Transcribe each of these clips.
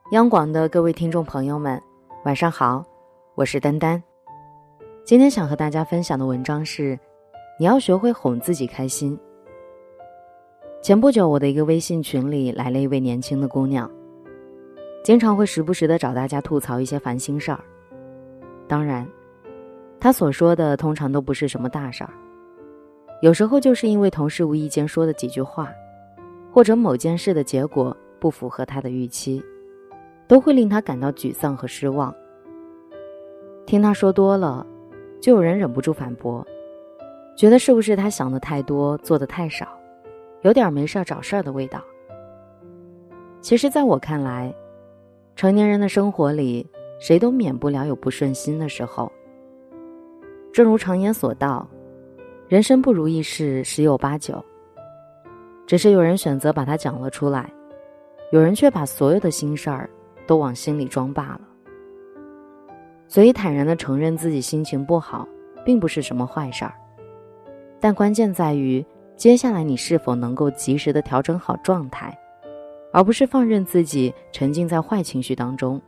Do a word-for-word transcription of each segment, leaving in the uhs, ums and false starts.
央广的各位听众朋友们，晚上好，我是丹丹。今天想和大家分享的文章是：你要学会哄自己开心。前不久，我的一个微信群里来了一位年轻的姑娘，经常会时不时地找大家吐槽一些烦心事儿。当然，她所说的通常都不是什么大事儿，有时候就是因为同事无意间说的几句话，或者某件事的结果不符合她的预期，都会令她感到沮丧和失望。听她说多了，就有人忍不住反驳，觉得是不是她想的太多，做的太少，有点没事找事儿的味道。其实在我看来，成年人的生活里，谁都免不了有不顺心的时候。正如常言所道，人生不如意事十有八九，只是有人选择把它讲了出来，有人却把所有的心事儿都往心里装罢了。所以坦然地承认自己心情不好，并不是什么坏事儿，但关键在于接下来你是否能够及时地调整好状态，而不是放任自己沉浸在坏情绪当中。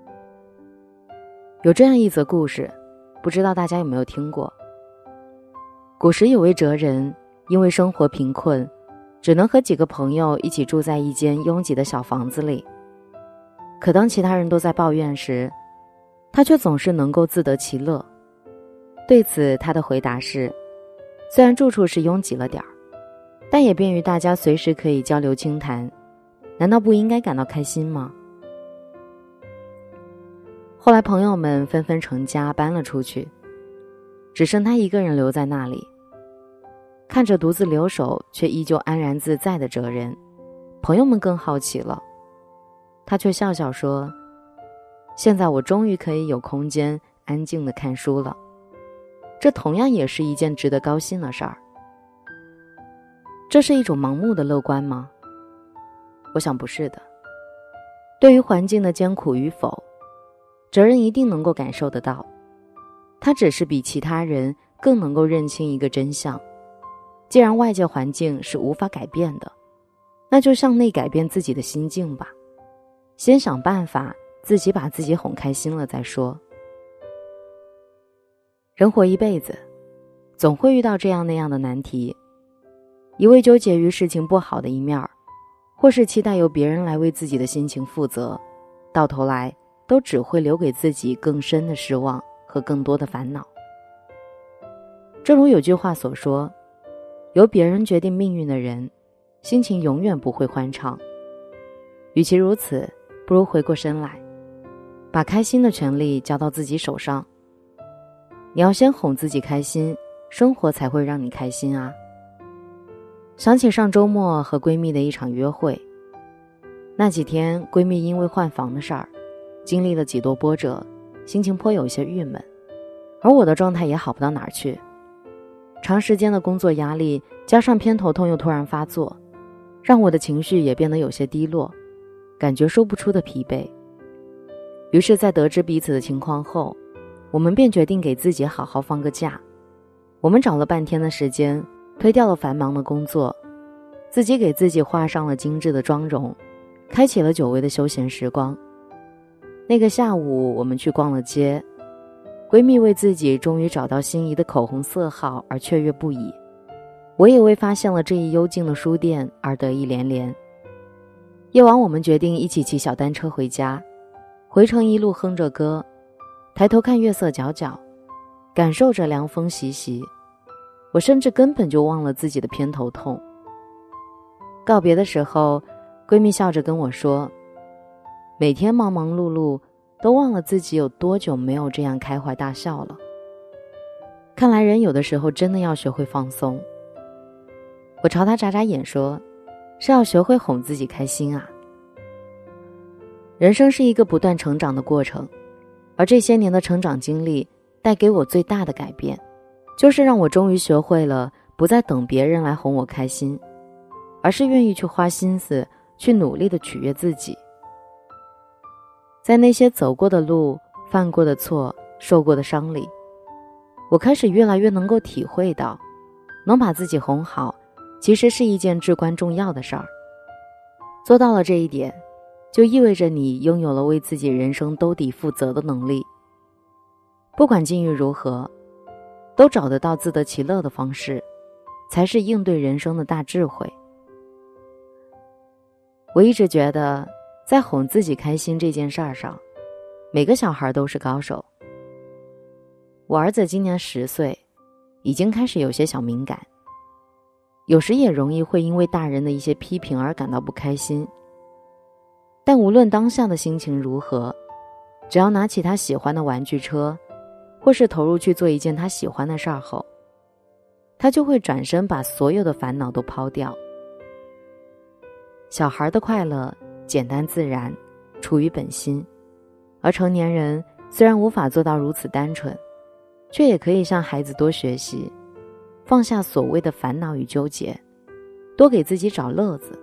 有这样一则故事，不知道大家有没有听过。古时有位哲人，因为生活贫困，只能和几个朋友一起住在一间拥挤的小房子里。可当其他人都在抱怨时，他却总是能够自得其乐。对此，他的回答是：虽然住处是拥挤了点儿，但也便于大家随时可以交流倾谈，难道不应该感到开心吗？后来朋友们纷纷成家搬了出去，只剩他一个人留在那里。看着独自留守却依旧安然自在的哲人，朋友们更好奇了。他却笑笑说：现在我终于可以有空间安静地看书了，这同样也是一件值得高兴的事儿。这是一种盲目的乐观吗？我想不是的。对于环境的艰苦与否，哲人一定能够感受得到，他只是比其他人更能够认清一个真相。既然外界环境是无法改变的，那就向内改变自己的心境吧，先想办法自己把自己哄开心了再说。人活一辈子，总会遇到这样那样的难题，一味纠结于事情不好的一面，或是期待由别人来为自己的心情负责，到头来都只会留给自己更深的失望和更多的烦恼。正如有句话所说，由别人决定命运的人，心情永远不会欢畅。与其如此，不如回过身来，把开心的权利交到自己手上。你要先哄自己开心，生活才会让你开心啊。想起上周末和闺蜜的一场约会，那几天闺蜜因为换房的事儿，经历了几多波折，心情颇有些郁闷，而我的状态也好不到哪儿去。长时间的工作压力加上偏头痛又突然发作，让我的情绪也变得有些低落，感觉说不出的疲惫。于是在得知彼此的情况后，我们便决定给自己好好放个假。我们找了半天的时间，推掉了繁忙的工作，自己给自己画上了精致的妆容，开启了久违的休闲时光。那个下午我们去逛了街，闺蜜为自己终于找到心仪的口红色号而雀跃不已，我也为发现了这一幽静的书店而得意连连。夜晚我们决定一起骑小单车回家，回程一路哼着歌，抬头看月色皎皎，感受着凉风习习，我甚至根本就忘了自己的偏头痛。告别的时候，闺蜜笑着跟我说，每天忙忙碌碌，都忘了自己有多久没有这样开怀大笑了。看来人有的时候真的要学会放松。我朝她眨眨眼说，是要学会哄自己开心啊。人生是一个不断成长的过程，而这些年的成长经历带给我最大的改变，就是让我终于学会了不再等别人来哄我开心，而是愿意去花心思去努力地取悦自己。在那些走过的路、犯过的错、受过的伤里，我开始越来越能够体会到，能把自己哄好其实是一件至关重要的事儿。做到了这一点， 就意味着你拥有了为自己人生兜底负责的能力。不管境遇如何，都找得到自得其乐的方式，才是应对人生的大智慧。我一直觉得，在哄自己开心这件事儿上，每个小孩都是高手。我儿子今年十岁，已经开始有些小敏感，有时也容易会因为大人的一些批评而感到不开心。但无论当下的心情如何，只要拿起他喜欢的玩具车，或是投入去做一件他喜欢的事儿后，他就会转身把所有的烦恼都抛掉。小孩的快乐简单自然，出于本心，而成年人虽然无法做到如此单纯，却也可以向孩子多学习，放下所谓的烦恼与纠结，多给自己找乐子。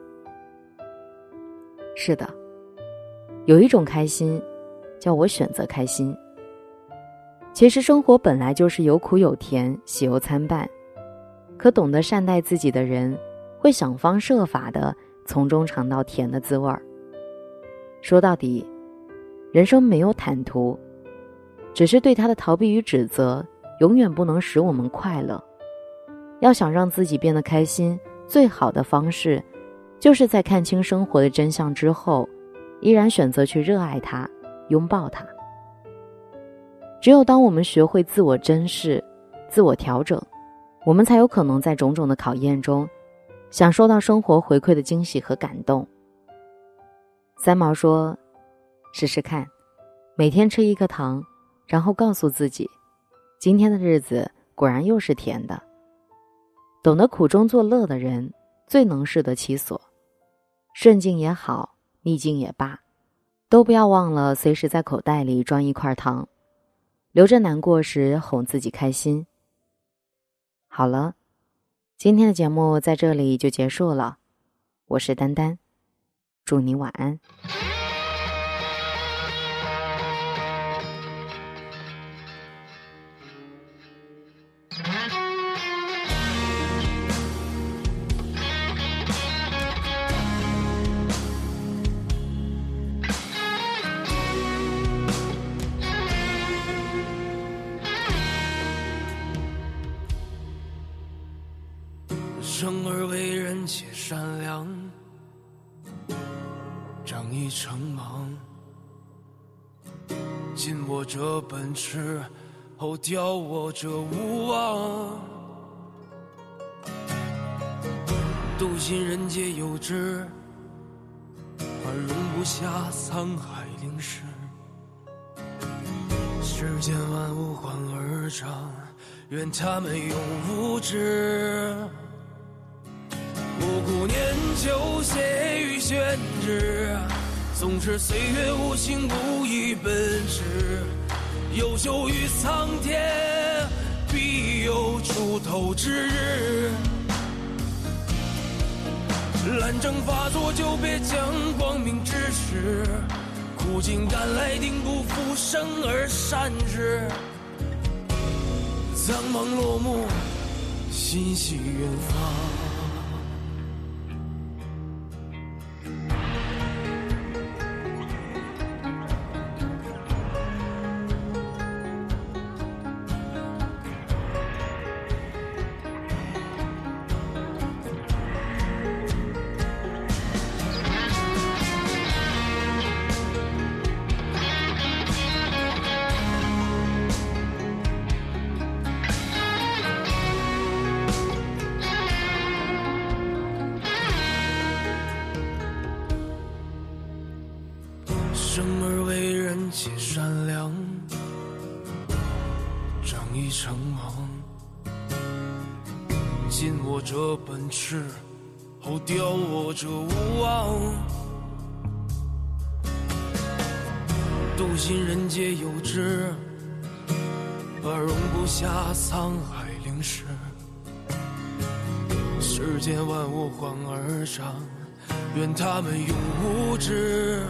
是的，有一种开心叫我选择开心。其实生活本来就是有苦有甜，喜忧参半，可懂得善待自己的人，会想方设法地从中尝到甜的滋味儿。说到底，人生没有坦途，只是对他的逃避与指责永远不能使我们快乐。要想让自己变得开心，最好的方式就是在看清生活的真相之后，依然选择去热爱它，拥抱它。只有当我们学会自我珍视，自我调整，我们才有可能在种种的考验中享受到生活回馈的惊喜和感动。三毛说，试试看，每天吃一颗糖，然后告诉自己，今天的日子果然又是甜的。懂得苦中作乐的人，最能适得其所。顺境也好，逆境也罢，都不要忘了随时在口袋里装一块糖，留着难过时哄自己开心。好了，今天的节目在这里就结束了。我是丹丹，祝你晚安。 生而为人且善良，仗义成忙，尽我这本事，后雕我这无望。笃信人皆有之，而容不下沧海凌世。世间万物换而长，愿他们永无知。不顾年久，写于宣纸，纵使岁月无情无义奔驰，优秀于苍天，必有出头之日。懒政发作，就别将光明之时，苦尽甘来，定不负生而善之。苍茫落幕，心系远方。生而为人且善良，仗义成王，尽我这本事，后雕我这无望。笃信人皆有之，而容不下沧海凌世。世间万物换而长，愿他们永无知。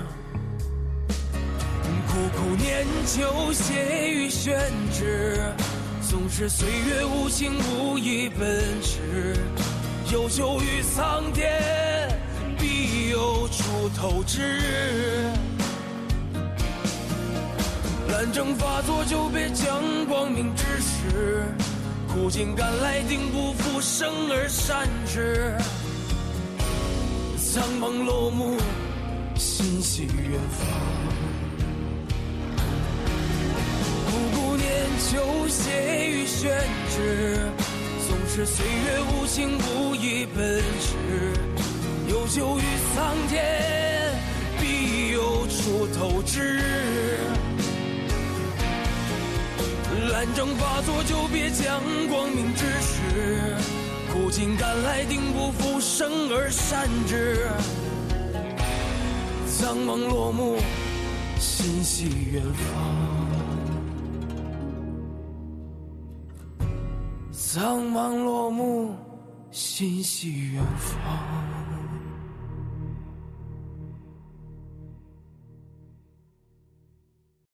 苦苦念旧，写于宣纸，纵使岁月无情无义奔驰，优秀于苍天，必有出透之日。懒政发作就别将光明之时，苦尽甘来定不负生而善之。苍茫落幕，心系远方。五谷年秋，写于宣纸。纵使岁月无情，不以奔驰。有求于苍天，必有出头之日。懒政发作，就别将光明之时。苦尽甘来，定不负生而善之。苍茫落幕，心系远方。苍茫落幕，心系远方。